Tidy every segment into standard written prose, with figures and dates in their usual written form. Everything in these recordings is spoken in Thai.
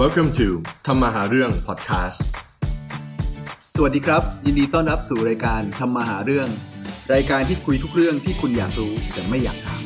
Welcome to ทำมาหาเรื่อง podcast สวัสดีครับยินดีต้อนรับสู่รายการทำมาหาเรื่องรายการที่คุยทุกเรื่องที่คุณอยากรู้แต่ไม่อยากถาม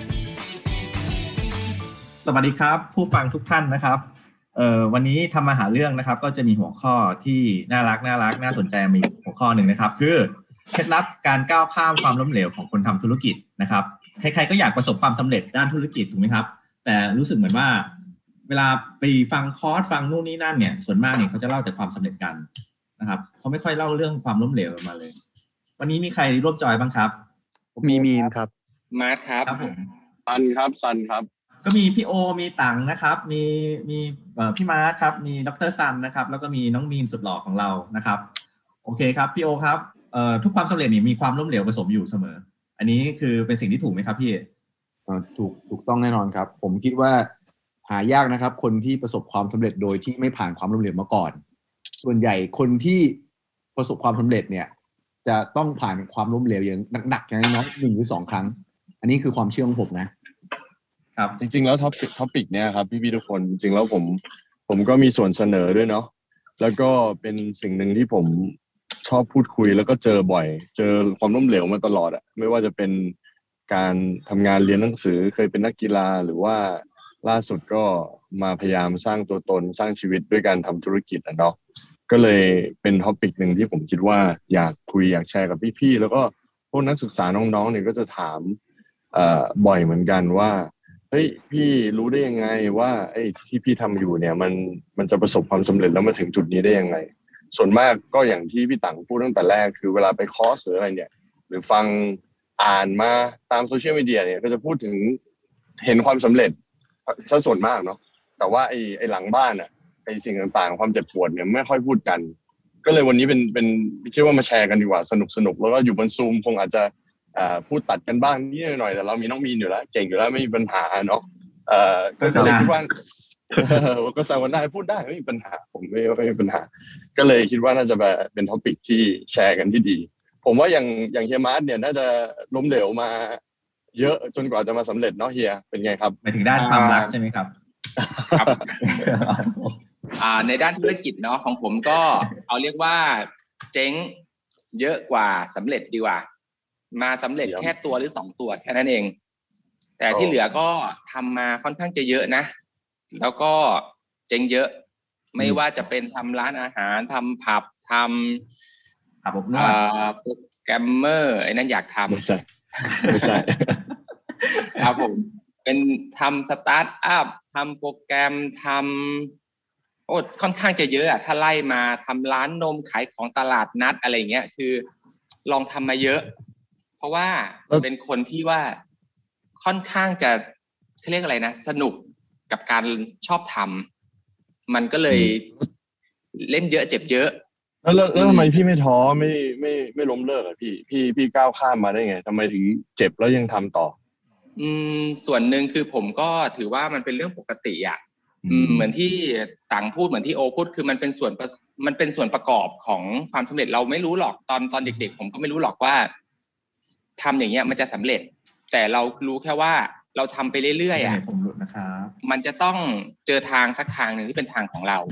สวัสดีครับผู้ฟังทุกท่านนะครับวันนี้ทำมาหาเรื่องนะครับก็จะมีหัวข้อที่น่ารักน่าสนใจมีหัวข้อหนึ่งนะครับคือเคล็ดลับการก้าวข้ามความล้มเหลวของคนทำธุรกิจนะครับใครๆก็อยากประสบความสำเร็จด้านธุรกิจถูกไหมครับแต่รู้สึกเหมือนว่าเวลาไปฟังคอร์สฟังนู่นนี่นั่นเนี่ยส่วนมากเนี่ยเขาจะเล่าแต่ความสำเร็จกันนะครับเขาไม่ค่อยเล่าเรื่องความล้มเหลวมาเลยวันนี้มีใครร่วมจอยบ้างครับมีนครับมาร์คครับครับผมซันครับก็มีพี่โอมีตังนะครับมีพี่มาร์คครับมีดร.ซันนะครับแล้วก็มีน้องมีนสุดหล่อของเรานะครับโอเคครับพี่โอครับทุกความสำเร็จนี่มีความล้มเหลวผสมอยู่เสมออันนี้คือเป็นสิ่งที่ถูกไหมครับพี่ถูกต้องแน่นอนครับผมคิดว่าหายากนะครับคนที่ประสบความสำเร็จโดยที่ไม่ผ่านความล้มเหลวมาก่อนส่วนใหญ่คนที่ประสบความสำเร็จเนี่ยจะต้องผ่านความล้มเหลวอย่างหนักๆอย่างน้อย1 หรือ 2 ครั้งอันนี้คือความเชื่อของผมนะครับจริงๆแล้วท็อปิกเนี่ยครับพี่ๆทุกคนจริงๆแล้วผมก็มีส่วนเสนอด้วยเนาะแล้วก็เป็นสิ่งหนึ่งที่ผมชอบพูดคุยแล้วก็เจอบ่อยเจอความล้มเหลวมาตลอดอะไม่ว่าจะเป็นการทำงานเรียนหนังสือเคยเป็นนักกีฬาหรือว่าล่าสุดก็มาพยายามสร้างตัวตนสร้างชีวิตด้วยการทำธุรกิจเนาะก็เลยเป็นท็อปิกหนึ่งที่ผมคิดว่าอยากคุยอยากแชร์กับพี่ๆแล้วก็พวกนักศึกษาน้องๆเนี่ยก็จะถามบ่อยเหมือนกันว่าเฮ้ยพี่รู้ได้ยังไงว่าไอ้ที่พี่ทำอยู่เนี่ยมันจะประสบความสำเร็จแล้วมาถึงจุดนี้ได้ยังไงส่วนมากก็อย่างที่พี่ตังพูดตั้งแต่แรกคือเวลาไปคอร์สหรืออะไรเนี่ยหรือฟังอ่านมาตามโซเชียลมีเดียเนี่ยก็จะพูดถึงเห็นความสำเร็จซะส่วนมากเนาะแต่ว่าไอ้หลังบ้านอ่ะไอ้สิ่งต่างๆความเจ็บปวดเนี่ยไม่ค่อยพูดกันก็เลยวันนี้เป็นคิดว่ามาแชร์กันดีกว่าสนุกแล้วก็อยู่บนซูมคงอาจจะพูดตัดกันบ้างนิดหน่อยแต่เรามีน้องมีนอยู่แล้วเก่งอยู่แล้วไม่มีปัญหาเนาะก็เลยคิดว่าก็สามารถได้พูดได้ไม่มีปัญหาผมไม่มีปัญหาก็เลยคิดว่าน่าจะเป็นท็อปิกที่แชร์กันที่ดีผมว่าอย่างเฮียมาร์ทเนี่ยน่าจะล้มเหลวมาเยอะจนกว่าจะมาสำเร็จเนาะเฮียเป็นไงครับหมายถึงด้านความรักใช่ไหมครับครับในด้านธุรกิจเนาะของผมก็เอาเรียกว่าเจ๊งเยอะกว่าสำเร็จดีกว่ามาสำเร็จแค่ตัวหรือ2ตัวแค่นั้นเองแต่ที่เหลือก็ทำมาค่อนข้างจะเยอะนะแล้วก็เจ๊งเยอะไม่ว่าจะเป็นทำร้านอาหารทำผับทำโปรแกรมเมอร์ไอ้นั่นอยากทำไม่ใช่ครับผมเป็นทำสตาร์ทอัพทำโปรแกรมทำค่อนข้างจะเยอะอะถ้าไล่มาทำร้านนมขายของตลาดนัดอะไรเงี้ยคือลองทำมาเยอะเพราะว่าเป็นคนที่ว่าค่อนข้างจะเขาเรียกอะไรนะสนุกกับการชอบทำมันก็เลยเล่นเยอะเจ็บเยอะแล้วทำไมพี่ไม่ท้อไม่ล้มเลิกอ่ะพี่ก้าวข้ามมาได้ไงทำไมถึงเจ็บแล้วยังทำต่อส่วนหนึ่งคือผมก็ถือว่ามันเป็นเรื่องปกติอ่ะเหมือนที่ต่างพูดเหมือนที่โอพูดคือมันเป็นส่วนประกอบของความสำเร็จเราไม่รู้หรอกตอนเด็กๆผมก็ไม่รู้หรอกว่าทำอย่างเงี้ยมันจะสำเร็จแต่เรารู้แค่ว่าเราทำไปเรื่อยๆอ่ะผมรู้นะครับมันจะต้องเจอทางสักทางหนึ่งที่เป็นทางของเรา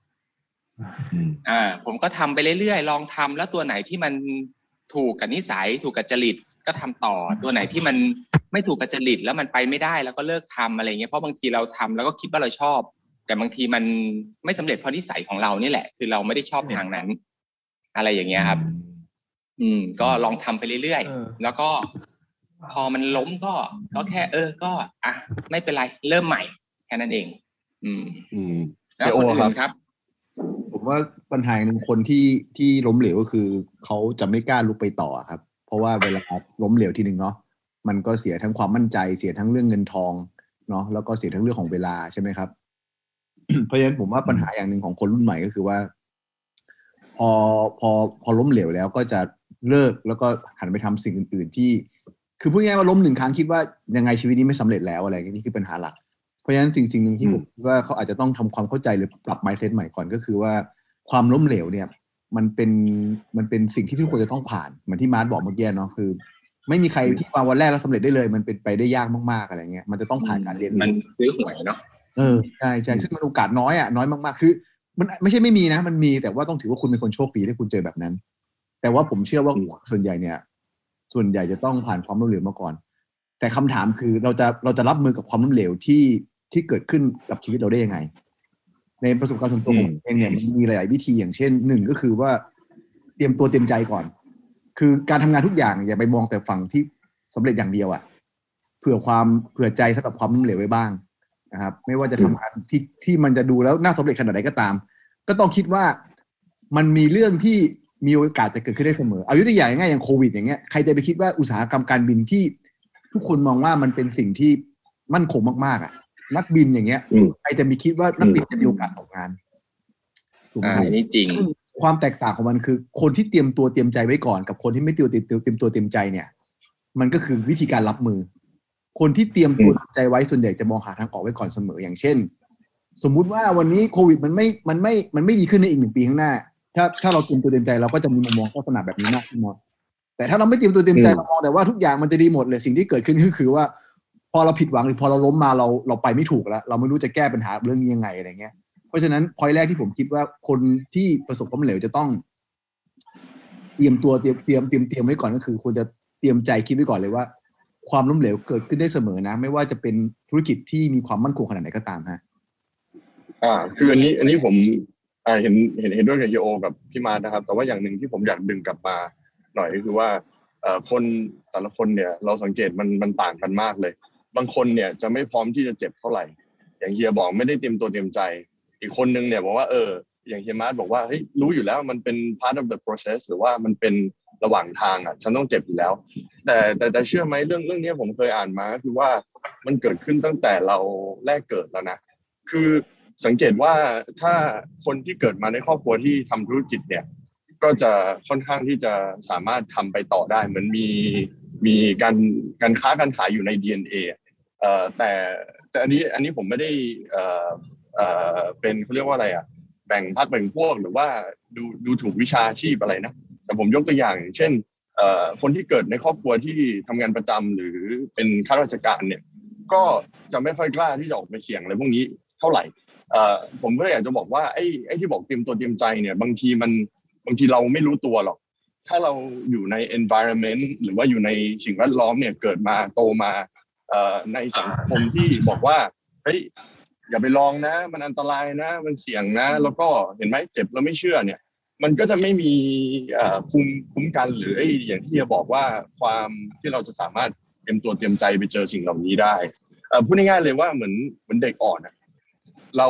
ผมก็ทำไปเรื่อยๆลองทำแล้วตัวไหนที่มันถูกกับนิสัยถูกกับจริตก็ทำต่อตัวไหนที่มันไม่ถูกกับจริตแล้วมันไปไม่ได้แล้วก็เลิกทำอะไรเงี้ยเพราะบางทีเราทำแล้วก็คิดว่าเราชอบแต่บางทีมันไม่สำเร็จเพราะนิสัยของเรานี่แหละคือเราไม่ได้ชอบทางนั้นอะไรอย่างเงี้ยครับก็ลองทำไปเรื่อยๆแล้วก็พอมันล้มก็แค่ก็ไม่เป็นไรเริ่มใหม่แค่นั้นเองแล้วคนอื่นครับผมว่าปัญหาหนึ่งคนที่ล้มเหลวก็คือเขาจะไม่กล้าลุกไปต่อครับเพราะว่าเวลาล้มเหลวทีนึงเนาะมันก็เสียทั้งความมั่นใจเสียทั้งเรื่องเงินทองเนาะแล้วก็เสียทั้งเรื่องของเวลาใช่ไหมครับ เพราะฉะนั้นผมว่าปัญหาอย่างหนึ่งของคนรุ่นใหม่ก็คือว่าพอล้มเหลวแล้วก็จะเลิกแล้วก็หันไปทำสิ่งอื่นๆที่คือพูดง่ายๆว่าล้ม1 ครั้งคิดว่ายังไงชีวิตนี้ไม่สำเร็จแล้วอะไรนี่คือปัญหาหลักเพราะฉะนั้นสิ่งหนึ่งที่ผมคิดว่าเขาอาจจะต้องทำความเข้าใจหรือปรับ mindset ใหม่ก่อนก็คือว่าความล้มเหลวเนี่ยมันเป็นสิ่งที่ทุกคนจะต้องผ่านเหมือนที่มาร์ทบอกเมื่อกี้เนาะคือไม่มีใครที่มาวันแรกแล้วสำเร็จได้เลยมันเป็นไปได้ยากมากๆอะไรเงี้ยมันจะต้องผ่านการเรียนมันซื้อหวยเนาะใช่ซึ่งมันโอกาสน้อยน้อยมากๆคือมันไม่ใช่ไม่มีนะมันมีแต่ว่าต้องถือว่าคุณเป็นคนโชคดีที่คุณเจอแบบนั้นแต่ว่าผมเชื่อว่าส่วนใหญ่จะต้องผ่านความล้มเหลวมาก่อนแต่คำถามคือเราจะรับมือกับความล้มเหลวที่เกิดขึ้นกับชีวิตเราได้ยังไงในประสบการณ์ส่วนตัวผมเองเนี่ยมันมีหลายๆวิธีอย่างเช่นหนึ่งก็คือว่าเตรียมตัวเตรียมใจก่อนคือการทำงานทุกอย่างอย่าไปมองแต่ฝั่งที่สำเร็จอย่างเดียวเผื่อใจสำหรับความล้มเหลวไว้บ้างนะครับไม่ว่าจะทำงานที่มันจะดูแล้วน่าสำเร็จขนาดไหนก็ตามก็ต้องคิดว่ามันมีเรื่องที่มีโอกาสจะเกิดขึ้นได้เสมอเอายกตัวอย่างง่ายอย่างโควิดอย่างเงี้ยใครจะไปคิดว่าอุตสาหกรรมการบินที่ทุกคนมองว่ามันเป็นสิ่งที่มั่นคงมากๆนักบินอย่างเงี้ยใครจะมีคิดว่านักบินจะมีโอกาสตกงานถูกไหมครับนี่จริงความแตกต่างของมันคือคนที่เตรียมตัวเตรียมใจไว้ก่อนกับคนที่ไม่เตรียมตัวเตรียมใจเนี่ยมันก็คือวิธีการรับมือคนที่เตรียมตัวใจไว้ส่วนใหญ่จะมองหาทางออกไว้ก่อนเสมออย่างเช่นสมมุติว่าวันนี้โควิดมันไม่ดีขึ้นในอีก1 ปีข้างหน้าถ้าเราเตรียมตัวเตรียมใจเราก็จะมีมุมมองลักษณะแบบนี้มากขึ้นนะแต่ถ้าเราไม่เตรียมตัวเตรียมใจเรามองแต่ว่าทุกอย่างมันจะดีหมดเลยสิ่งที่เกิดขึ้นก็คือว่าพอเราผิดหวังหรือพอเราล้มมาเราไปไม่ถูกแล้วเราไม่รู้จะแก้ปัญหาเรื่องนี้ยังไงอะไรเงี้ยเพราะฉะนั้นพอยต์แรกที่ผมคิดว่าคนที่ประสบความล้มเหลวจะต้องเตรียมตัวเตรียมไว้ก่อนก็คือควรจะเตรียมใจคิดไว้ก่อนเลยว่าความล้มเหลวเกิดขึ้นได้เสมอนะไม่ว่าจะเป็นธุรกิจที่มีความมั่นคงขนาดไหนก็ตามฮะคืออันนี้ผมเห็นด้วยกับเฮียโอกับพี่มาร์ทนะครับแต่ว่าอย่างหนึ่งที่ผมอยากดึงกลับมาหน่อยก็คือว่าคนแต่ละคนเนี่ยเราสังเกตมันต่างกันมากเลยบางคนเนี่ยจะไม่พร้อมที่จะเจ็บเท่าไหร่อย่างเฮียบอกไม่ได้เตรียมตัวเตรียมใจอีกคนนึงเนี่ยบอกว่าอย่างเฮียมาร์ทบอกว่าเฮ้ยรู้อยู่แล้วมันเป็น part of the process หรือว่ามันเป็นระหว่างทางฉันต้องเจ็บอยู่แล้วแต่เชื่อไหมเรื่องนี้ผมเคยอ่านมาคือว่ามันเกิดขึ้นตั้งแต่เราแรกเกิดแล้วนะคือสังเกตว่าถ้าคนที่เกิดมาในครอบครัวที่ทำธุรกิจเนี่ยก็จะค่อนข้างที่จะสามารถทำไปต่อได้เหมือนมีการค้าการขายอยู่ใน DNA แต่อันนี้ผมไม่ได้เป็นเขาเรียกว่าอะไรแบ่งพรรคแบ่งพวกหรือว่าดูถูกวิชาชีพอะไรนะแต่ผมยกตัวอย่างเช่นคนที่เกิดในครอบครัวที่ทำงานประจำหรือเป็นข้าราชการเนี่ยก็จะไม่ค่อยกล้าที่จะออกไปเสี่ยงอะไรพวกนี้เท่าไหร่ผมก็อยากจะบอกว่าไอ้ที่บอกเตรียมตัวเตรียมใจเนี่ยบางทีเราไม่รู้ตัวหรอกถ้าเราอยู่ใน environment หรือว่าอยู่ในสิ่งแวดล้อมเนี่ยเกิดมาโตมาในสังคมที่บอกว่าเฮ้ยอย่าไปลองนะมันอันตรายนะมันเสี่ยงนะแล้วก็เห็นไหมเจ็บแล้วไม่เชื่อเนี่ยมันก็จะไม่มีคุ้มกันหรืออย่างที่จะบอกว่าความที่เราจะสามารถเตรียมตัวเตรียมใจไปเจอสิ่งเหล่านี้ได้พูดง่ายๆเลยว่าเหมือนเด็กอ่อนเรา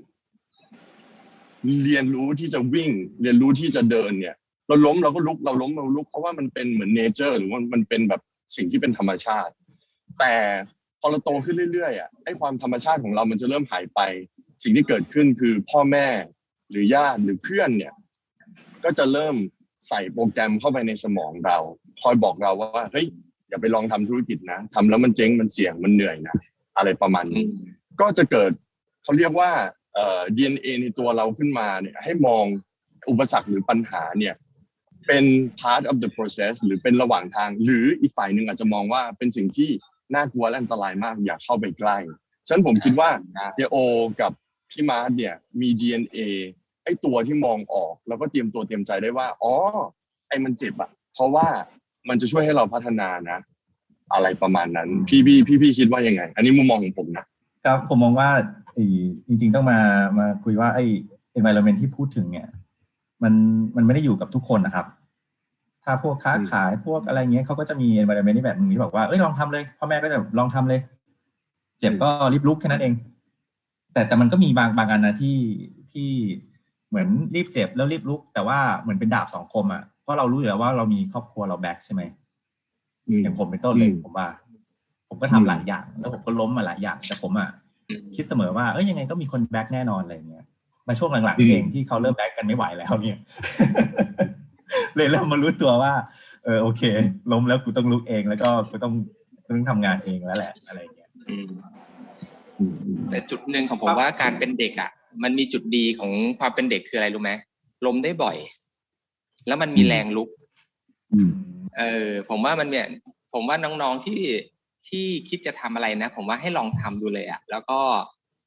เรียนรู้ที่จะวิ่งเรียนรู้ที่จะเดินเนี่ยเราล้มเราก็ลุกเราล้มเราลุกเพราะว่ามันเป็นเหมือนเนเจอร์หรือว่ามันเป็นแบบสิ่งที่เป็นธรรมชาติแต่พอเราโตขึ้นเรื่อยๆไอ้ความธรรมชาติของเรามันจะเริ่มหายไปสิ่งที่เกิดขึ้นคือพ่อแม่หรือญาติหรือเพื่อนเนี่ยก็จะเริ่มใส่โปรแกรมเข้าไปในสมองเราคอยบอกเราว่าเฮ้ยอย่าไปลองทำธุรกิจนะทำแล้วมันเจ๊งมันเสี่ยงมันเหนื่อยนะอะไรประมาณนี้ก็จะเกิดเขาเรียกว่าDNA ในตัวเราขึ้นมาเนี่ยให้มองอุปสรรคหรือปัญหาเนี่ยเป็น part of the process หรือเป็นระหว่างทางหรืออีกฝ่ายหนึ่งอาจจะมองว่าเป็นสิ่งที่น่ากลัวและอันตรายมากอย่าเข้าไปใกล้ฉะนั้นผมคิดว่าเฮียโอกับพี่มาร์ทเนี่ยมี DNA ไอ้ตัวที่มองออกแล้วก็เตรียมตัวเตรียมใจได้ว่าไอ้มันเจ็บเพราะว่ามันจะช่วยให้เราพัฒนานะอะไรประมาณนั้นพี่คิดว่ายังไงอันนี้มุมมองของผมนะครับผมมองว่าจริงๆต้องมาคุยว่าไอ้ environment ที่พูดถึงเนี่ยมันไม่ได้อยู่กับทุกคนนะครับถ้าพวกค้าขายพวกอะไรเงี้ยเขาก็จะมี environment ที่แบบนี้บอกว่าลองทำเลยพ่อแม่ก็จะลองทำเลยเจ็บก็รีบลุกแค่นั้นเองแต่มันก็มีบางอันนะที่เหมือนรีบเจ็บแล้วรีบลุกแต่ว่าเหมือนเป็นดาบสองคมเพราะเรารู้อยู่แล้วว่าเรามีครอบครัวเราแบ็คใช่ไหมอย่างผมเป็นต้นเลยผมว่าผมก็ทำหลายอย่างแล้วผมก็ล้มมาหลายอย่างแต่ผมคิดเสมอว่ายังไงก็มีคนแบ็คแน่นอนอะไรเงี้ยมาช่วงหลังๆเองที่เขาเริ่มแบ็คกันไม่ไหวแล้วเนี่ยเลยเริ่มมารู้ตัวว่าโอเคล้มแล้วกูต้องลุกเองแล้วก็กูต้องทำงานเองแล้วแหละอะไรเงี้ยแต่จุดหนึ่งของผมว่าการเป็นเด็กมันมีจุดดีของความเป็นเด็กคืออะไรรู้ไหมล้มได้บ่อยแล้วมันมีแรงลุกผมว่ามันเนี่ยผมว่าน้องๆที่คิดจะทำอะไรนะผมว่าให้ลองทำดูเลยแล้วก็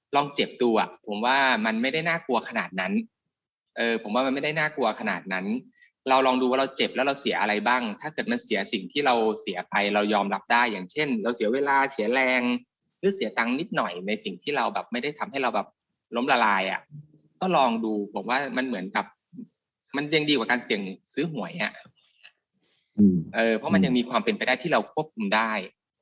ลองเจ็บดูอ่ะผมว่ามันไม่ได้น่ากลัวขนาดนั้นผมว่ามันไม่ได้น่ากลัวขนาดนั้นเราลองดูว่าเราเจ็บแล้วเราเสียอะไรบ้างถ้าเกิดมันเสียสิ่งที่เราเสียไปเรายอมรับได้อย่างเช่นเราเสียเวลาเสียแรงหรือเสียตังค์นิดหน่อยในสิ่งที่เราแบบไม่ได้ทำให้เราแบบล้มละลายอ่ะก็ลองดูผมว่ามันเหมือนกับมันยังดีกว่าการเสี่ยงซื้อหวยอ่ะเพราะมันยังมีความเป็นไปได้ที่เราควบคุมได้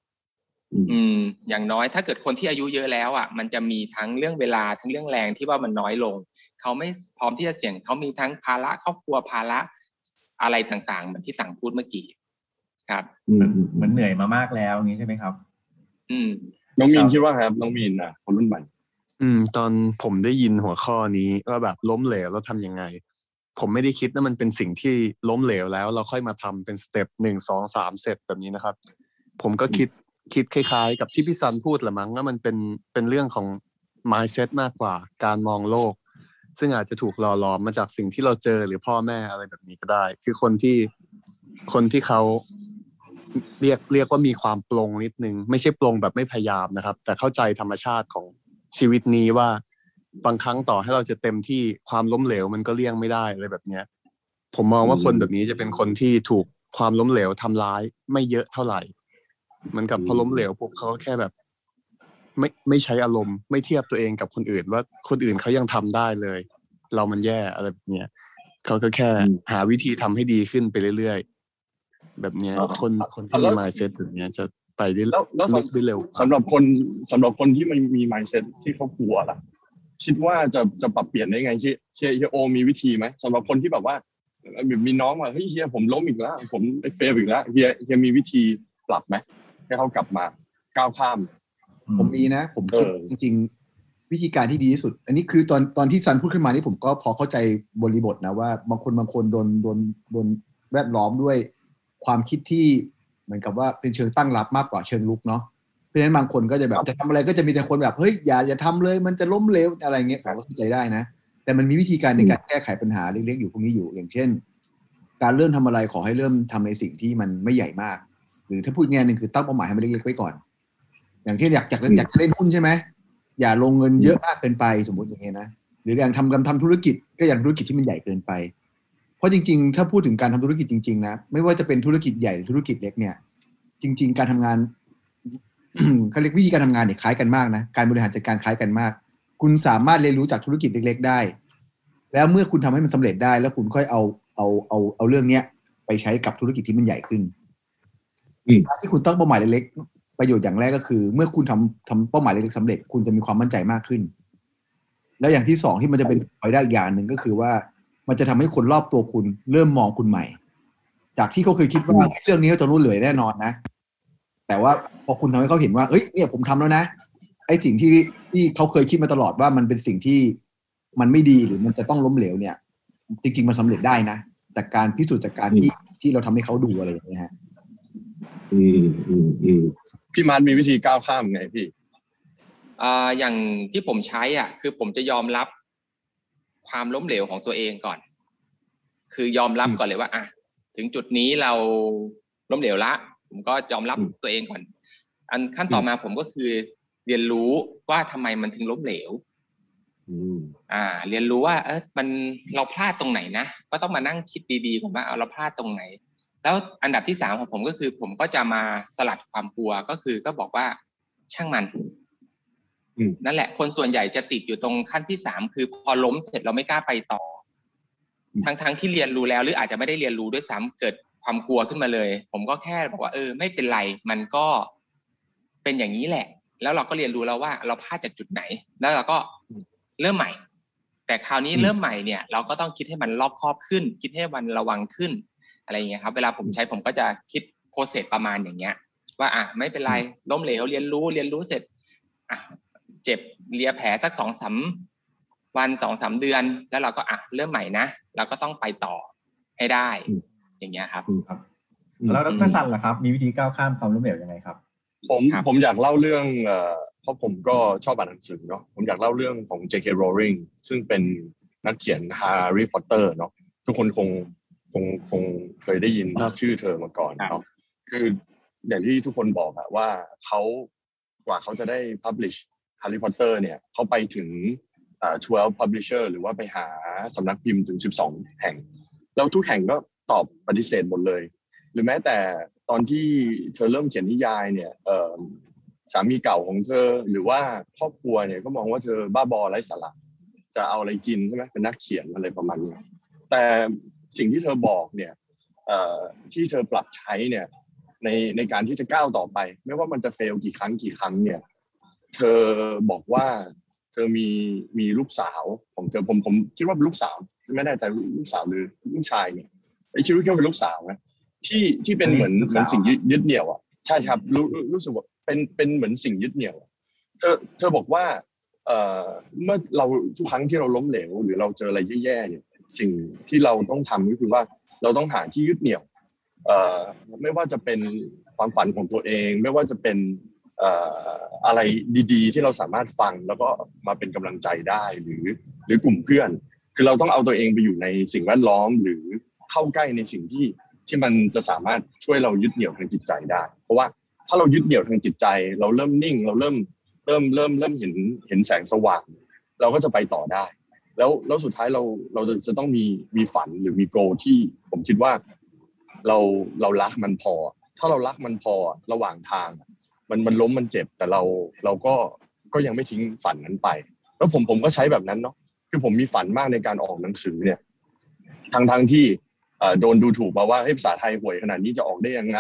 อย่างน้อยถ้าเกิดคนที่อายุเยอะแล้วอ่ะมันจะมีทั้งเรื่องเวลาทั้งเรื่องแรงที่ว่ามันน้อยลงเขาไม่พร้อมที่จะเสี่ยงเขามีทั้งภาระครอบครัวภาระอะไรต่างๆเหมือนที่ต่างพูดเมื่อกี้ครับมันเหนื่อยมามากแล้วนี้ใช่ไหมครับน้องมีนคิดว่าครับน้องมีนนะคนรุ่นใหม่ตอนผมได้ยินหัวข้อนี้ว่าแบบล้มเหลวแล้วทำยังไงผมไม่ได้คิดว่ามันเป็นสิ่งที่ล้มเหลวแล้วเราค่อยมาทำเป็นสเต็ป1 2 3เสร็จแบบนี้นะครับผมก็คิดคล้ายๆกับที่พี่ซันพูดแหละมั้งว่ามันเป็นเรื่องของ mindset มากกว่าการมองโลกซึ่งอาจจะถูกหล่อหลอมมาจากสิ่งที่เราเจอหรือพ่อแม่อะไรแบบนี้ก็ได้คือคนที่เขาเรียกว่ามีความปลงนิดนึงไม่ใช่ปลงแบบไม่พยายามนะครับแต่เข้าใจธรรมชาติของชีวิตนี้ว่าบางครั้งต่อให้เราจะเต็มที่ความล้มเหลวมันก็เลี่ยงไม่ได้อะไรแบบเนี้ยผมมองว่าคนแบบนี้จะเป็นคนที่ถูกความล้มเหลวทำร้ายไม่เยอะเท่าไหร่เหมือนกับพอล้มเหลวปุ๊บเขาก็แค่แบบไม่ใช้อารมณ์ไม่เทียบตัวเองกับคนอื่นว่าคนอื่นเขายังทำได้เลยเรามันแย่อะไรแบบเนี้ยเขาก็แค่หาวิธีทำให้ดีขึ้นไปเรื่อยๆแบบเนี้ยคนที่มี mindset แบบเนี้ยจะไปได้เร็วสำหรับคนที่มันมี mindset ที่เขากลัวล่ะคิดว่าจะปรับเปลี่ยนได้ไงเฮียโอมีวิธีไหมสำหรับคนที่แบบว่ามีน้องมาเฮ้ยเฮียผมล้มอีกแล้วผมเฟลอีกแล้วเฮียมีวิธีปรับไหมให้เขากลับมาก้าวข้ามผมมีนะผมคิดจริงๆวิธีการที่ดีที่สุดอันนี้คือตอนที่ซันพูดขึ้นมานี่ผมก็พอเข้าใจบริบทนะว่าบางคนโดนแวดล้อมด้วยความคิดที่เหมือนกับว่าเป็นเชิงตั้งรับมากกว่าเชิงลุกเนาะเพราะฉะนั้นบางคนก็จะแบบจะทำอะไรก็จะมีแต่คนแบบเฮ้ยอย่าทำเลยมันจะล้มเหลวอะไรเงี้ยผมก็เข้าใจได้นะแต่มันมีวิธีการในการแก้ไขปัญหาเล็กๆอยู่พวกนี้อยู่อย่างเช่นการเริ่มทำอะไรขอให้เริ่มทำในสิ่งที่มันไม่ใหญ่มากหรือถ้าพูดง่ายนึงคือตั้งเป้าหมายให้มันเล็กๆไว้ก่อนอย่างเช่นอยากจะเล่นหุ้นใช่ไหมอย่าลงเงินเยอะมากเกินไปสมมติอย่างเงี้ยนะหรืออย่างทำธุรกิจก็อย่างธุรกิจที่มันใหญ่เกินไปเพราะจริงๆถ้าพูดถึงการทำธุรกิจจริงๆนะไม่ว่าจะเป็นธุรกิจใหญ่หรือธุรกิจเล็กเนี่ยจริงๆการทำงาน เขาเรียกวิธีการทำงานเนี่ยคล้ายกันมากนะการบริหารจัดการคล้ายกันมากคุณสามารถเรียนรู้จากธุรกิจเล็กๆได้แล้วเมื่อคุณทำให้มันสำเร็จได้แล้วคุณค่อยเอาเรื่องเนี้ยไปใช้กับธุรกิจที่มันใหญ่ขึ้นที่คุณตั้งเป้าหมายเล็กๆประโยชน์อย่างแรกก็คือเมื่อคุณทำเป้าหมายเล็กๆสำเร็จคุณจะมีความมั่นใจมากขึ้นแล้วอย่างที่สองที่มันจะเป็นผลได้อีกอย่างหนึ่งก็คือว่ามันจะทำให้คนรอบตัวคุณเริ่มมองคุณใหม่จากที่เขาเคยคิดว่าเรื่องนี้เราจะรู้เลยแน่นอนนะแต่ว่าพอคุณทำให้เขาเห็นว่าเอ้ยเนี่ยผมทำแล้วนะไอ้สิ่งที่เขาเคยคิดมาตลอดว่ามันเป็นสิ่งที่มันไม่ดีหรือมันจะต้องล้มเหลวเนี่ยจริงๆมันสำเร็จได้นะจากการพิสูจน์จากการที่เราทำให้เขาดูอะไรอย่างเงี้ยฮะพี่มาร์ทมีวิธีก้าวข้ามไงพี่อย่างที่ผมใช้อ่ะคือผมจะยอมรับความล้มเหลวของตัวเองก่อนคือยอมรับก่อนเลยว่าอ่ะถึงจุดนี้เราล้มเหลวละผมก็ยอมรับตัวเองก่อนอันขั้นต่อมาผมก็คือเรียนรู้ว่าทำไมมันถึงล้มเหลวเรียนรู้ว่ามันเราพลาดตรงไหนนะก็ต้องมานั่งคิดดีๆผมว่าเราพลาดตรงไหนแล้วอันดับที่3ของผมก็คือผมก็จะมาสลัดความกลัวก็คือก็บอกว่าช่างมันนั่นแหละคนส่วนใหญ่จะติดอยู่ตรงขั้นที่3คือพอล้มเสร็จเราไม่กล้าไปต่อทั้งที่เรียนรู้แล้วหรืออาจจะไม่ได้เรียนรู้ด้วยซ้ำเกิดความกลัวขึ้นมาเลยผมก็แค่บอกว่าไม่เป็นไรมันก็เป็นอย่างนี้แหละแล้วเราก็เรียนรู้แล้วว่าเราพลาดจากจุดไหนแล้วเราก็เริ่มใหม่แต่คราวนี้เริ่มใหม่เนี่ยเราก็ต้องคิดให้มันรอบคอบขึ้นคิดให้มันระวังขึ้นอะไรอย่างเงี้ยครับเวลาผมใช้ผมก็จะคิดโปรเซสประมาณอย่างเงี้ยว่าไม่เป็นไรล้มเหลวเรียนรู้เสร็จเจ็บเลียแผลสัก 2-3 วัน 2-3 เดือนแล้วเราก็เริ่มใหม่นะเราก็ต้องไปต่อให้ได้อย่างเงี้ยครับแล้วดร.ซันล่ะครับมีวิธีก้าวข้ามความล้มเหลวยังไงครับผมอยากเล่าเรื่องเพราะผมก็ชอบอ่านหนังสือเนาะผมอยากเล่าเรื่องของ J.K. Rowling ซึ่งเป็นนักเขียน Harry Potter เนาะทุกคนคงเคยได้ยินชื่อเธอมาก่อนเนาะคืออย่างที่ทุกคนบอกว่าเขากว่าเขาจะได้ publish Harry Potter เนี่ยเขาไปถึง12 publisher หรือว่าไปหาสำนักพิมพ์ถึง12 แห่งแล้วทุกแห่งก็ตอบปฏิเสธหมดเลยหรือแม้แต่ตอนที่เธอเริ่มเขียนนิยายเนี่ยสามีเก่าของเธอหรือว่าครอบครัวเนี่ยก็มองว่าเธอบ้าบอไร้สาระจะเอาอะไรกินใช่ไหมเป็นนักเขียนอะไรประมาณนี้แต่สิ่งที่เธอบอกเนี่ยที่เธอปรับใช้เนี่ยในการที่จะก้าวต่อไปไม่ว่ามันจะเฟลกี่ครั้งเนี่ยเธอบอกว่าเธอมีลูกสาวของเธอผมคิดว่าเป็นลูกสาวไม่แน่ใจลูกสาวหรือลูกชายเนี่ยคิดว่าเป็นลูกสาวนะที่เป็นเหมือนสิ่งยึดเหนี่ยวอ่ะใช่ครับรู้สึกว่าเป็นเหมือนสิ่งยึดเหนี่ยวเธอบอกว่าเมื่อเราทุกครั้งที่เราล้มเหลวหรือเราเจออะไรแย่ๆเนี่ยสิ่งที่เราต้องทำก็คือว่าเราต้องหาที่ยึดเหนี่ยวไม่ว่าจะเป็นความฝันของตัวเองไม่ว่าจะเป็นอะไรดีๆที่เราสามารถฟังแล้วก็มาเป็นกำลังใจได้หรือกลุ่มเพื่อนคือเราต้องเอาตัวเองไปอยู่ในสิ่งแวดล้อมหรือเข้าใกล้ในสิ่งที่มันจะสามารถช่วยเรายึดเหนี่ยวทางจิตใจได้เพราะว่าถ้าเรายึดเหนี่ยวทางจิตใจเราเริ่มนิ่งเราเริ่มเห็นแสงสว่างเราก็จะไปต่อได้แล้วสุดท้ายเราจะต้องมีฝันหรือมีโกที่ผมคิดว่าเรารักมันพอถ้าเรารักมันพอระหว่างทางมันล้มมันเจ็บแต่เราก็ยังไม่ทิ้งฝันนั้นไปแล้วผมก็ใช้แบบนั้นเนาะคือผมมีฝันมากในการออกหนังสือเนี่ยทั้งที่โดนดูถูกมาว่าภาษาไทยห่วยขนาดนี้จะออกได้ยังไง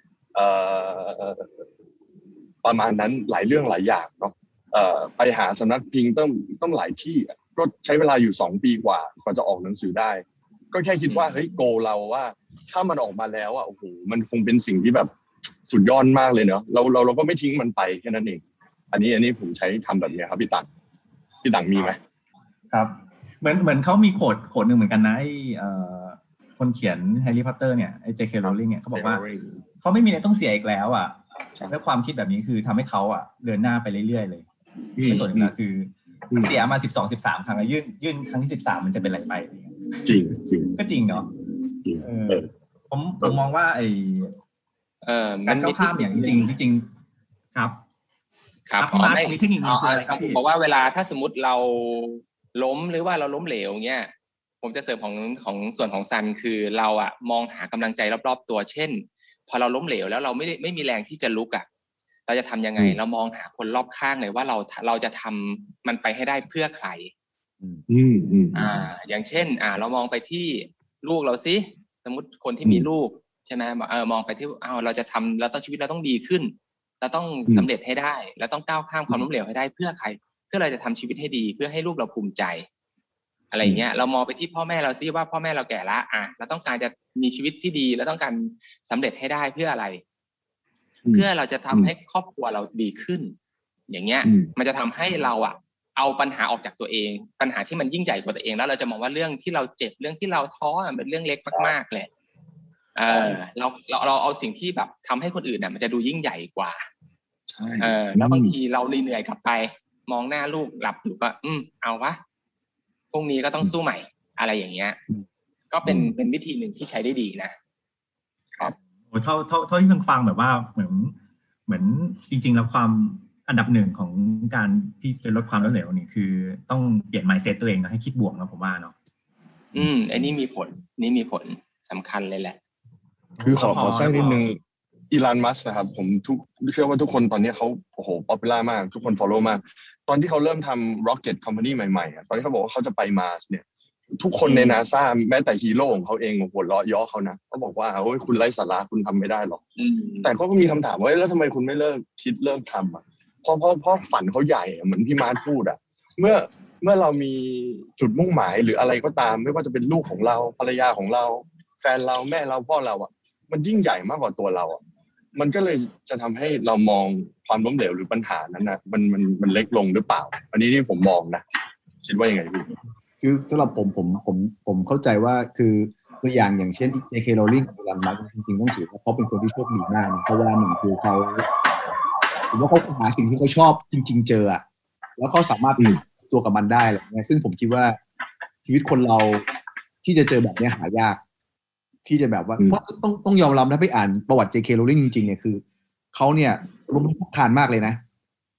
ประมาณนั้นหลายเรื่องหลายอย่างเนาะไปหาสำนักพิมพ์ต้องหลายที่ก็ใช้เวลาอยู่2 ปีกว่าจะออกหนังสือได้ก็แค่คิดว่าเฮ้ยโกเราว่าถ้ามันออกมาแล้วโอ้โหมันคงเป็นสิ่งที่แบบสุดยอดมากเลยเนาะเราก็ไม่ทิ้งมันไปแค่นั้นเองอันนี้ผมใช้ทำแบบนี้ครับพี่ตังมีไหมครับเหมือนเขามีโค้ดหนึ่งเหมือนกันนะไอ้คนเขียนแฮร์รี่พอตเตอร์เนี่ยไอ้ J.K. Rowling เนี่ยเขาบอกว่าเขาไม่มีอะไรต้องเสียอีกแล้วอ่ะและความคิดแบบนี้คือทำให้เขาเดินหน้าไปเรื่อยๆเลยไม่สนนะคือเสียมา12-13 ครั้งแล้วยื่นครั้งที่13มันจะเป็นอะไรไปจริงก็จริงเนาะจริงผมมองว่าไอ้การก้าวข้ามอย่างจริงครับพี่มาร์คมีเทคนิคนึงคืออะไรครับพี่บอกว่าเวลาถ้าสมมติเราล้มหรือว่าเราล้มเหลวเงี้ยผมจะเสริมของส่วนของซันคือเรามองหากำลังใจรอบๆตัวเช่นพอเราล้มเหลวแล้วเราไม่มีแรงที่จะลุกเราจะทำยังไงเรามองหาคนรอบข้างเลยว่าเราจะทำมันไปให้ได้เพื่อใครอย่างเช่นเรามองไปที่ลูกเราสิสมมติคนที่มีลูกใช่ไหมมองไปที่เราจะทำเราต้องชีวิตเราต้องดีขึ้นเราต้องสำเร็จให้ได้เราต้องก้าวข้ามความล้มเหลวให้ได้เพื่อใครเพื่อเราจะทำชีวิตให้ดีเพื่อให้ลูกเราภูมิใจอะไรเงี้ยเรามองไปที่พ่อแม่เราซิว่าพ่อแม่เราแก่ละเราต้องการจะมีชีวิตที่ดีแล้วต้องการสำเร็จให้ได้เพื่ออะไรเพื่อเราจะทำให้ครอบครัวเราดีขึ้นอย่างเงี้ยมันจะทำให้เราเอาปัญหาออกจากตัวเองปัญหาที่มันยิ่งใหญ่กว่าตัวเองแล้วเราจะมองว่าเรื่องที่เราเจ็บเรื่องที่เราท้อเป็นเรื่องเล็กมากๆเลยเราเอาสิ่งที่แบบทำให้คนอื่นมันจะดูยิ่งใหญ่กว่าแล้วบางทีเราเหนื่อยกลับไปมองหน้าลูกหลับอยู่ก็เอาวะพรุ่งนี้ก็ต้องสู้ใหม่อะไรอย่างเงี้ยก็เป็นวิธีหนึ่งที่ใช้ได้ดีนะครับเท่าที่ฟังแบบว่าเหมือนจริงๆแล้วความอันดับหนึ่งของการที่จะลดความล้มเหลวนี่คือต้องเปลี่ยน mindset ตัวเองนะให้คิดบวกนะผมว่าเนาะอันนี้มีผลสำคัญเลยแหละคือขอแทรกนิดนึงอีลอน มัสก์นะครับผมเชื่อว่าทุกคนตอนนี้เขาโอ้โหป๊อปปูล่ามากทุกคน follow มากตอนที่เขาเริ่มทำ rocket company ใหม่ๆตอนที่เขาบอกว่าเขาจะไปมาร์สเนี่ยทุกคนใน NASA แม้แต่ฮีโร่ของเขาเองหัวเราะย่อเขานะเขาบอกว่าโอ้ยคุณไร้สาระคุณทำไม่ได้หรอกแต่ก็มีคำถามว่าแล้วทำไมคุณไม่เลิกทำเพราะฝันเขาใหญ่เหมือนพี่มาร์ทพูดเมื่อเรามีจุดมุ่งหมายหรืออะไรก็ตามไม่ว่าจะเป็นลูกของเราภรรยาของเราแฟนเราแม่เราพ่อเรามันยิ่งใหญ่มากกว่าตัวเรามันก็เลยจะทำให้เรามองความล้มเหลวหรือปัญหานั้นมันเล็กลงหรือเปล่าอันนี้ที่ผมมองนะคิดว่ายังไงพี่คือสำหรับผมเข้าใจว่าคือตัวอย่างเช่น J.K. Rowling กับ Elon Musk จริงๆต้องถือว่าเขาเป็นคนที่โชคดีมากนะเพราะว่าหนึ่งคือผมว่าเขาหาสิ่งที่เขาชอบจริงๆเจอแล้วเขาสามารถตัวกับมันได้อะไรเงี้ยซึ่งผมคิดว่าชีวิตคนเราที่จะเจอแบบนี้หายากที่จะแบบว่าเพราะต้องยอมรับถ้าไปอ่านประวัติ J.K. Rowling จริงๆเนี่ยคือเขาเนี่ยล้มลุกคลานมากเลยนะ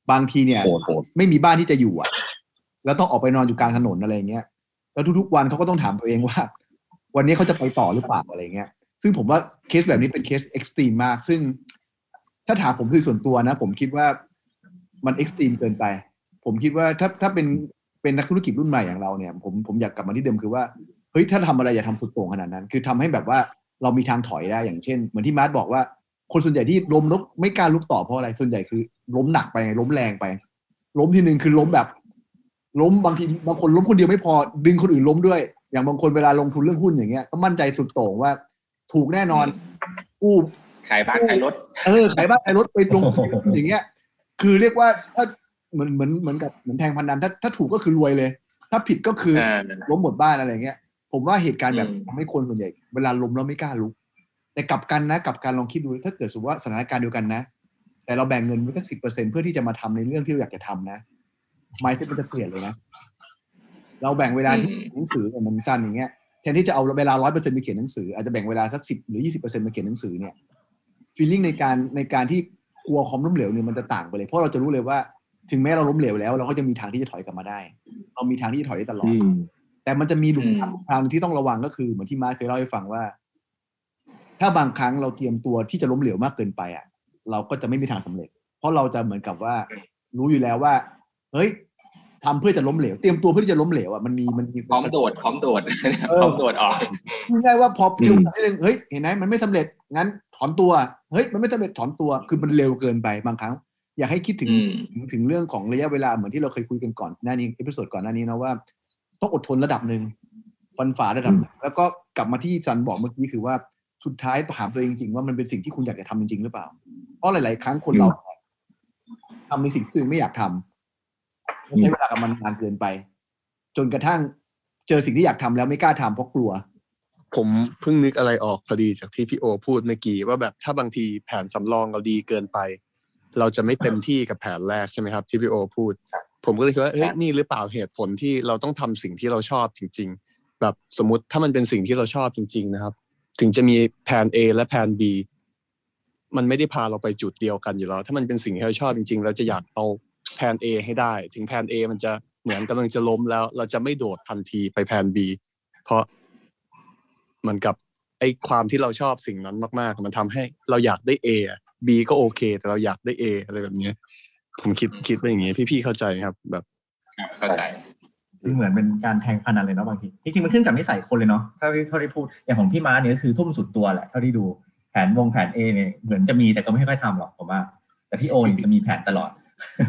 บางทีเนี่ยโหดไม่มีบ้านที่จะอยู่อ่ะแล้วต้องออกไปนอนอยู่กลางถนนอะไรเงี้ยแล้วทุกๆวันเขาก็ต้องถามตัวเองว่า วันนี้เขาจะไปต่อหรือเปล่าอะไรเงี้ยซึ่งผมว่าเคสแบบนี้เป็นเคสเอ็กซ์ตรีมมากซึ่งถ้าถามผมคือส่วนตัวนะผมคิดว่ามันเอ็กซ์ตรีมเกินไปผมคิดว่าถ้าเป็นนักธุรกิจรุ่นใหม่อย่างเราเนี่ยผมอยากกลับมาที่เดิมคือว่าเฮ้ยถ้าทำอะไรอย่าทำสุดโต่งขนาดนั้นคือทำให้แบบว่าเรามีทางถอยได้อย่างเช่นเหมือนที่มาร์ทบอกว่าคนส่วนใหญ่ที่ล้มลุกไม่กล้าลุกต่อเพราะอะไรส่วนใหญ่คือล้มหนักไปล้มแรงไปล้มทีนึงคือล้มแบบล้มบางทีบางคนล้มคนเดียวไม่พอดึงคนอื่นล้มด้วยอย่างบางคนเวลาลงทุนเรื่องหุ้นอย่างเงี้ยก็มั่นใจสุดโต่งว่าถูกแน่นอนกู้ขายบ้านขายรถขายบ้านขายรถไปลงอย่างเงี้ยคือเรียกว่าถ้าเหมือนกับเหมือนแทงพนันถ้าถูกก็คือรวยเลยถ้าผิดก็คือล้มหมดบ้านอะไรเงี้ยผมว่าเหตุการณ์แบบทำให้คนส่วนใหญ่เวลาล้มแล้วไม่กล้าลุกแต่กลับกันลองคิดดูถ้าเกิดสมมติว่าสถานการณ์เดียวกันนะแต่เราแบ่งเงินไว้สัก 10% เพื่อที่จะมาทำในเรื่องที่เราอยากจะทำนะmindsetมันจะเปลี่ยนเลยนะเราแบ่งเวลาที่หนังสือเนี่ยมันสั้นอย่างเงี้ยแทนที่จะเอาเวลา 100% ไปเขียนหนังสืออาจจะแบ่งเวลาสัก10หรือ 20% ไปเขียนหนังสือเนี่ยfeeling ในการที่กลัวความล้มเหลวเนี่ยมันจะต่างไปเลยเพราะเราจะรู้เลยว่าถึงแม้เราล้มเหลวแล้วเราก็จะมีทางที่จะถอยกลับมาได้เรามีทางที่จะถอยได้ตลอดแต่มันจะมีหลุมทางที่ต้องระวังก็คือเหมือนที่มาร์คเคยเล่าให้ฟังว่าถ้าบางครั้งเราเตรียมตัวที่จะล้มเหลวมากเกินไปอ่ะเราก็จะไม่มีทางสำเร็จเพราะเราจะเหมือนกับว่ารู้อยู่แล้วว่าเฮ้ยทำเพื่อจะล้มเหลวเตรียมตัวเพื่อที่จะล้มเหลวอ่ะมันมีพร้อมโดดพร้อมโดดออกง่ายว่าพอเที่ยวนิดนึงเฮ้ยเห็นไหมมันไม่สำเร็จงั้นถอนตัวเฮ้ยมันไม่สำเร็จถอนตัวคือมันเร็วเกินไปบางครั้งอยากให้คิดถึงเรื่องของระยะเวลาเหมือนที่เราเคยคุยกันก่อนหน้านี้เอพิโซดก่อนหน้านี้นะว่าต้องอดทนระดับหนึ่งฟันฝ่าระดับแล้วก็กลับมาที่ซันบอกเมื่อกี้คือว่าสุดท้ายถามตัวเองจริงว่ามันเป็นสิ่งที่คุณอยากจะทำจริงๆหรือเปล่าเพราะหลายๆครั้งคนเราทำในสิ่งที่ตัวเองไม่อยากทำใช้เวลากับมันนานเกินไปจนกระทั่งเจอสิ่งที่อยากทำแล้วไม่กล้าทำเพราะกลัวผมเพิ่งนึกอะไรออกพอดีจากที่พี่โอพูดเมื่อกี้ว่าแบบถ้าบางทีแผนสำรองเราดีเกินไปเราจะไม่เต็มที่กับแผนแรกใช่ไหมครับที่พี่โอพูดผมก็เลยคิดว่าเอ้ยนี่หรือเปล่าเหตุผลที่เราต้องทำสิ่งที่เราชอบจริงๆแบบสมมุติถ้ามันเป็นสิ่งที่เราชอบจริงๆนะครับถึงจะมีแผน A และแผน B มันไม่ได้พาเราไปจุดเดียวกันอยู่แล้วถ้ามันเป็นสิ่งที่เราชอบจริงๆเราจะอยากเอาแผน A ให้ได้ถึงแผน A มันจะเหมือนกำลังจะล้มแล้วเราจะไม่โดดทันทีไปแผน B เพราะเหมือนกับไอ้ความที่เราชอบสิ่งนั้นมากๆมันทำให้เราอยากได้ A B ก็โอเคแต่เราอยากได้ A อะไรแบบนี้ผมคิดว่าอย่างนี้พี่ๆเข้าใจครับแบบเข้าใจเหมือนเป็นการแทงพนันเลยเนาะบางทีจริงๆมันขึ้นกับนิสัยคนเลยเนาะถ้าได้พูดอย่างของพี่ม้าเนี่ยก็คือทุ่มสุดตัวแหละเท่าที่ดูแผน A เนี่ยเหมือนจะมีแต่ก็ไม่ค่อยทำหรอกผมว่าแต่พี่โอเนี่ยจะมีแผนตลอด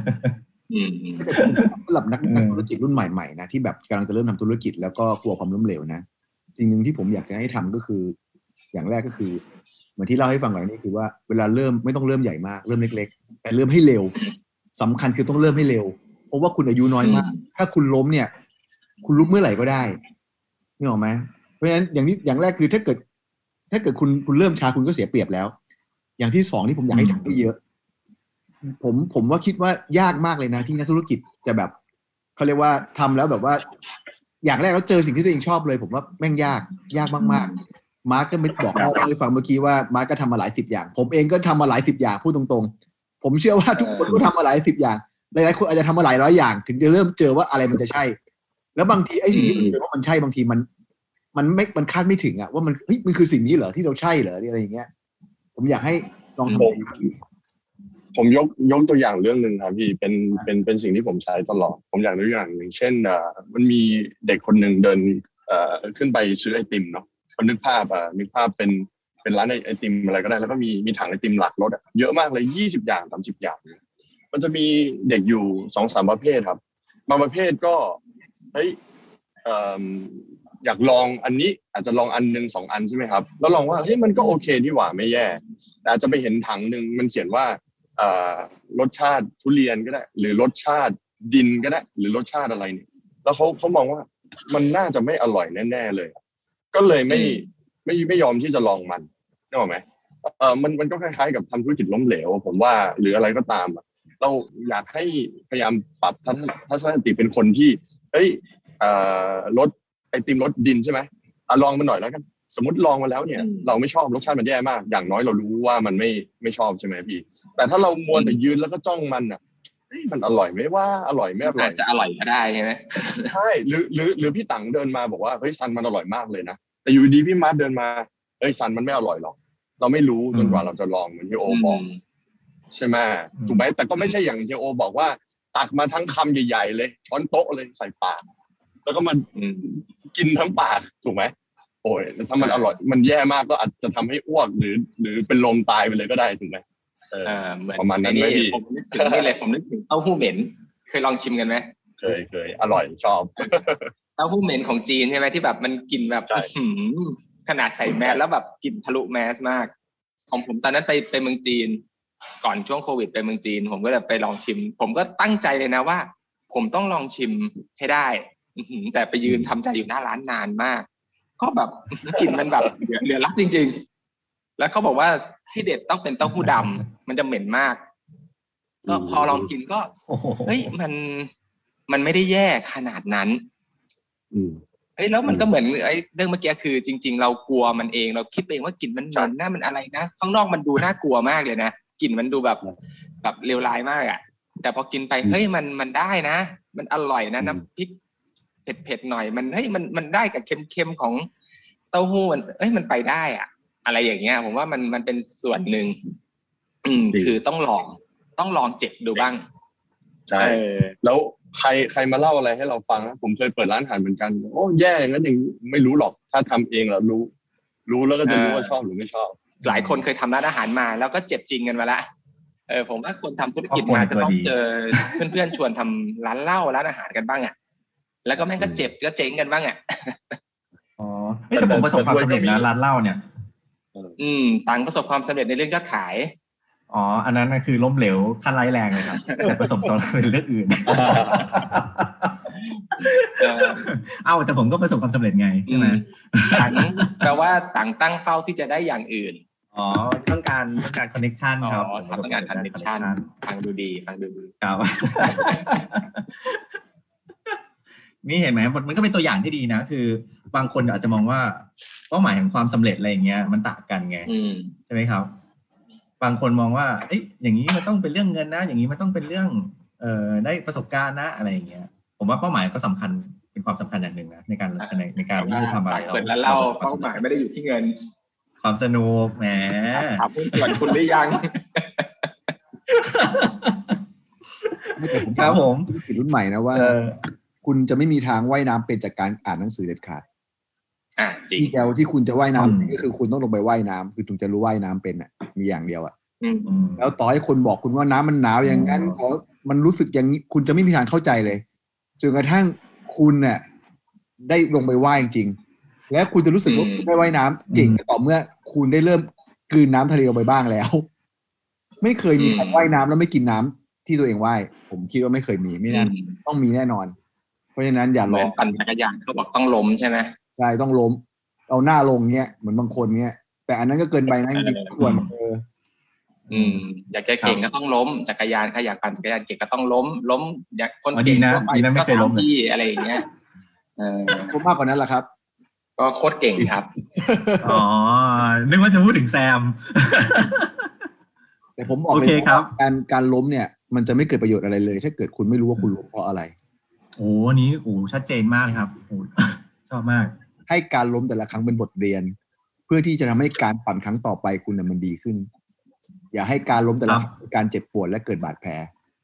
สำหรับนักธุรกิจรุ่นใหม่ๆนะที่แบบกำลังจะเริ่มทำธุรกิจแล้วก็กลัวความล้มเหลวนะสิ่งหนึ่งที่ผมอยากจะให้ทำก็คืออย่างแรกก็คือเหมือนที่เล่าให้ฟังหน่อยนี่คือว่าเวลาเริ่มไม่ต้องเริ่มใหญ่มากเริ่มเล็กๆแต่เริ่มให้เร็วสำคัญคือต้องเริ่มให้เร็วเพราะว่าคุณอายุน้อยมากถ้าคุณล้มเนี่ยคุณลุกเมื่อไหร่ก็ได้นึกออกไหมเพราะฉะนั้นอย่างแรกคือถ้าเกิดคุณเริ่มช้าคุณก็เสียเปรียบแล้วอย่างที่สองที่ผมอยากให้ทำให้เยอะผมว่าคิดว่ายากมากเลยนะที่นักธุรกิจจะแบบเขาเรียกว่าทำแล้วแบบว่าอย่างแรกแล้วเจอสิ่งที่ตัวเองชอบเลยผมว่าแม่งยากมากๆมาร์คก็ไม่บอกให้ฟังเมื่อกี้ว่ามาร์คก็ทำมาหลาย10อย่างผมเองก็ทำมาหลาย10อย่างพูดตรงๆผมเชื่อว่าทุกคนก็ทำมาหลาย10อย่างหลายๆคนอาจจะทำมาหลายร้อยอย่างถึงจะเริ่มเจอว่าอะไรมันจะใช่แล้วบางทีไอ้สิ่งที่มันเจอว่ามันใช่บางทีมันคาดไม่ถึงอะว่ามันเฮ้ยมันคือสิ่งนี้เหรอที่เราใช่เหรออะไรอย่างเงี้ยผมอยากให้ลองทำผมยกตัวอย่างเรื่องนึงครับพี่เป็นสิ่งที่ผมใช้ตลอดผมอยากยกตัวอย่างหนึ่งเช่นมันมีเด็กคนหนึ่งเดินขึ้นไปซื้อไอติมเนาะคนนึกภาพเป็นร้านไอติมอะไรก็ได้แล้วก็มีถังไอติมหลักรถเยอะมากเลย20อย่าง30อย่างมันจะมีเด็กอยู่ 2-3 ประเภทครับบางประเภทก็เฮ้ยอยากลองอันนี้อาจจะลองอันนึง2อันใช่ไหมครับแล้วลองว่าเฮ้ยมันก็โอเคนี่หว่าไม่แย่แต่อาจจะไปเห็นถังนึงมันเขียนว่ารสชาติทุเรียนก็ได้หรือรสชาติดินก็ได้หรือรสชาติอะไรเนี่ยแล้วเขามองว่ามันน่าจะไม่อร่อยแน่ๆเลยก็เลยไม่ยอมที่จะลองมันนึกออกไหมมันก็คล้ายๆกับทำธุรกิจล้มเหลวผมว่าหรืออะไรก็ตามเราอยากให้พยายามปรับทัศนคติเป็นคนที่เฮ้ยรสไอติมรสดินใช่ไหมลองมันหน่อยแล้วกันสมมติลองมาแล้วเนี่ยเราไม่ชอบรสชาติมันแย่มากอย่างน้อยเรารู้ว่ามันไม่ชอบใช่ไหมพี่แต่ถ้าเรามัวแต่ยืนแล้วก็จ้องมันมันอร่อยไหมว่าอร่อยไม่อร่ออาย จจะอร่อยก็ได้ใช่ไหมใช่หรือพี่ตังเดินมาบอกว่าเฮ้ยซันมันอร่อยมากเลยนะแต่อยู่ดีพี่มาร์ทเดินมาเฮ้ยซันมันไม่อร่อยหรอกเราไม่รู้จนกว่าเราจะลองเหมือนที่โอบอกใช่ไหมถูกไหมแต่ก็ไม่ใช่อย่างที่โอบอกว่าตักมาทั้งคำใหญ่ๆเลยช้อนโต๊ะเลยใส่ปากแล้วก็มันกินทั้งปากถูกไหมโอ้ยถ้ามันอร่อยมันแย่มากก็อาจจะทำให้อ้วกหรือเป็นลมตายไปเลยก็ได้ถูกไหมเหมือนประมาณนั้นไหมพี่ผมนึกถึงนี่เลยผมนึกถึงเต้าหู้เหม็นเคยลองชิมกันไหมเคยอร่อยชอบเต้าหู้เหม็นของจีนใช่ไหมที่แบบมันกลิ่นแบบขนาดใส่แมสแล้วแบบกลิ่นทะลุแมสมากของผมตอนนั้นไปเมืองจีนก่อนช่วงโควิดไปเมืองจีนผมก็เลยไปลองชิมผมก็ตั้งใจเลยนะว่าผมต้องลองชิมให้ได้แต่ไปยืนทำใจอยู่หน้าร้านนานมากก็แบบกลิ่นมันแบบเหลือรักจริงๆแล้วเขาบอกว่าให้เด็ดต้องเป็นเต้าหู้ดำมันจะเหม็นมากก็พอลองกินก็เฮ้ยมันไม่ได้แย่ขนาดนั้นเฮ้ยแล้วมันก็เหมือนไอ้เรื่องเมื่อกี้คือจริงๆเรากลัวมันเองเราคิดเองว่ากลิ่นมันเหม็นนะมันอะไรนะข้างนอกมันดูน่ากลัวมากเลยนะกลิ่นมันดูแบบเลวร้ายมากอ่ะแต่พอกินไปเฮ้ยมันได้นะมันอร่อยนะน้ำพริกเผ็ดๆหน่อยมันเฮ้ยมันได้กับเค็มๆของเต้าหู้มันเอ้ยมันไปได้อ่ะอะไรอย่างเงี้ยผมว่ามันเป็นส่วนหนึ่งคือต้องลองเจ็บดูบ้างใช่แล้วใครมาเล่าอะไรให้เราฟังผมเคยเปิดร้านอาหารเหมือนกันโอ้แย่อย่างนั้นอย่างไม่รู้หรอกถ้าทำเองแล้วรู้แล้วก็จะรู้ว่าชอบหรือไม่ชอบหลายคนเคยทำร้านอาหารมาแล้วก็เจ็บจริงกันมาละผมว่าคนทำธุรกิจมาจะต้องเจอเพื่อนๆชวนทำร้านเหล้าร้านอาหารกันบ้างอ่ะแล้วก็แม่งก็เจ็บก็เจ๊งกันบ้างอ่ะอ๋อแต่ผมประสบความสำเร็จนะร้านเหล้าเนี่ยต่างประสบความสำเร็จในเรื่องยอดขายอ๋ออันนั้นคือล้มเหลวขั้นร้ายแรงเลยครับแต่ประสบความสำเร็จเรื่องอื่นแต่ผมก็ประสบความสำเร็จไงใช่ไหมแปลว่าต่างตั้งเป้าที่จะได้อย่างอื่นอ๋อต้องการคอนเนคชั่นครับต้องการคอนเนคชั่นฟังดูดีครับนี่เห็นไหมมันก็เป็นตัวอย่างที่ดีนะคือบางคนอาจจะมองว่าเป้าหมายของความสำเร็จอะไรอย่างเงี้ยมันต่างกันไงใช่ไหมครับบางคนมองว่าอย่างนี้มันต้องเป็นเรื่องเงินนะอย่างนี้มันต้องเป็นเรื่องได้ประสบการณ์นะอะไรอย่างเงี้ยผมว่าเป้าหมายก็สำคัญเป็นความสำคัญอย่างหนึ่งนะในการที่จะทำอะไรเราเป้าหมายไม่ได้อยู่ที่เงินความสนุกแหมถามส่วนคุณได้ยังครับผมรุ่นใหม่นะว่าคุณจะไม่มีทางว่ายน้ำเป็นจากการอ่านหนังสือเด็ดขาดจริงที่เดียวที่คุณจะว่ายน้ำก็คือคุณต้องลงไปว่ายน้ำคือถึงจะรู้ว่ายน้ำเป็นมีอย่างเดียวแล้วต่อให้คนบอกคุณว่าน้ำมันหนาวอย่างนั้นขอมันรู้สึกอย่างนี้คุณจะไม่มีทางเข้าใจเลยจนกระทั่งคุณได้ลงไปว่ายจริงๆและคุณจะรู้สึกว่าได้ว่ายน้ำเก่งต่อเมื่อคุณได้เริ่มกลืนน้ำทะเลลงไปบ้างแล้วไม่เคยมีใครว่ายน้ำแล้วไม่กินน้ำที่ตัวเองว่ายผมคิดว่าไม่เคยมีไม่น่าต้องมีแน่นอนเพราะฉะนั้นอย่ารอปั่นจักรยานเขาบอกต้องล้มใช่ไหมใช่ต้องล้มเอาหน้าลงเงี้ยเหมือนบางคนเงี้ยแต่อันนั้นก็เกินไปนะจริงๆควรอยากจะเก่งก็ต้องล้มจักรยานใครอยากปั่นจักรยานเก่งก็ต้องล้มอยากคนเก่งก็ไม่เคยล้มที่อะไรอย่างเงี้ยผมมากกว่านั้นแหละครับก็โคตรเก่งครับอ๋อนึกว่าจะพูดถึงแซมแต่ผมบอกเลยว่าการล้มเนี่ยมันจะไม่เกิดประโยชน์อะไรเลยถ้าเกิดคุณไม่รู้ว่าคุณล้มเพราะอะไรโอ้นี้ชัดเจนมากเลยครับชอบมากให้การล้มแต่ละครั้งเป็นบทเรียนเพื่อที่จะทำให้การปั่นครั้งต่อไปคุณมันดีขึ้นอย่าให้การล้มแต่ละครั้งเป็นการเจ็บปวดและเกิดบาดแผล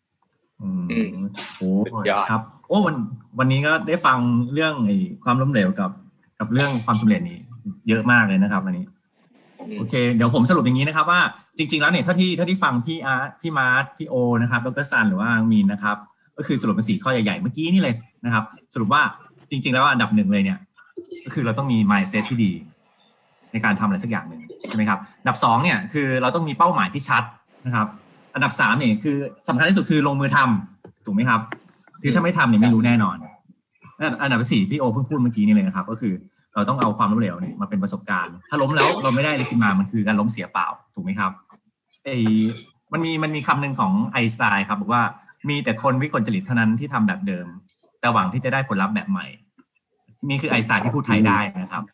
ครับวันนี้ก็ได้ฟังเรื่องความล้มเหลวกับเรื่องความสำเร็จนี้เยอะมากเลยนะครับวันนี้โอเคเดี๋ยวผมสรุปอย่างนี้นะครับว่าจริงๆแล้วเนี่ยถ้าที่ฟังพี่อาร์ตพี่มาร์ทพี่โอนะครับดร.ซันหรือว่ามีนนะครับก็คือสรุปเป็น4ข้อใหญ่ๆเมื่อกี้นี่เลยนะครับสรุปว่าจริงๆแล้วอันดับ1เลยเนี่ยก็คือเราต้องมี mindset ที่ดีในการทำอะไรสักอย่างหนึ่งใช่ไหมครับอันดับ2เนี่ยคือเราต้องมีเป้าหมายที่ชัดนะครับอันดับ3เนี่ยคือสำคัญที่สุดคือลงมือทำถูกไหมครับคือถ้าไม่ทำเนี่ยไม่รู้แน่นอนอันดับ4พี่โอเพิ่งพูดเมื่อกี้นี่เลยนะครับก็คือเราต้องเอาความล้มเหลวเนี่ยมาเป็นประสบการณ์ถ้าล้มแล้วเราไม่ได้อะไรขึ้นมามันคือการล้มเสียเปล่าถูกไหมครับมันมีคำหนึ่งของไอน์สไตน์ครับบอกว่ามีแต่คนวิกลจริตเท่านั้นที่ทำแบบเดิมแต่หวังที่จะได้ผลลัพธ์แบบใหม่นี่คือไอน์สไตน์ที่พูดไทยได้นะครับ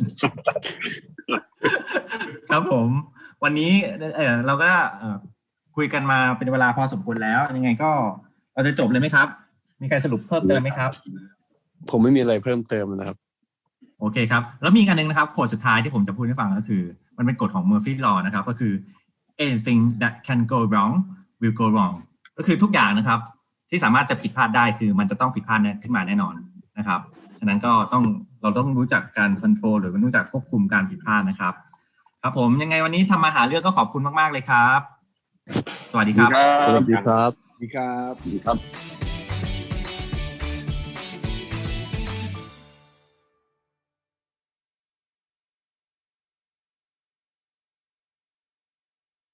ครับผมวันนี้เราก็คุยกันมาเป็นเวลาพอสมควรแล้วยังไงก็เราจะจบเลยไหมครับมีใครสรุปเพิ่มเติมไหมครับผมไม่มีอะไรเพิ่มเติมนะครับโอเคครับแล้วมีอีกอันนึงนะครับโค้ดสุดท้ายที่ผมจะพูดให้ฟังก็คือมันเป็นกฎของ Murphy Law นะครับก็คือ anything that can go wrong will go wrong ก็คือทุกอย่างนะครับที่สามารถจะผิดพลาดได้คือมันจะต้องผิดพลาดขึ้นมาแน่นอนนะครับฉะนั้นก็เราต้องรู้จักการคอนโทรลหรือรู้จักควบคุมการผิดพลาดนะครับครับผมยังไงวันนี้ทำมาหาเรื่องก็ขอบคุณมากๆเลยครับสวัสดีครับสวัสดีครับสวัสดีครับ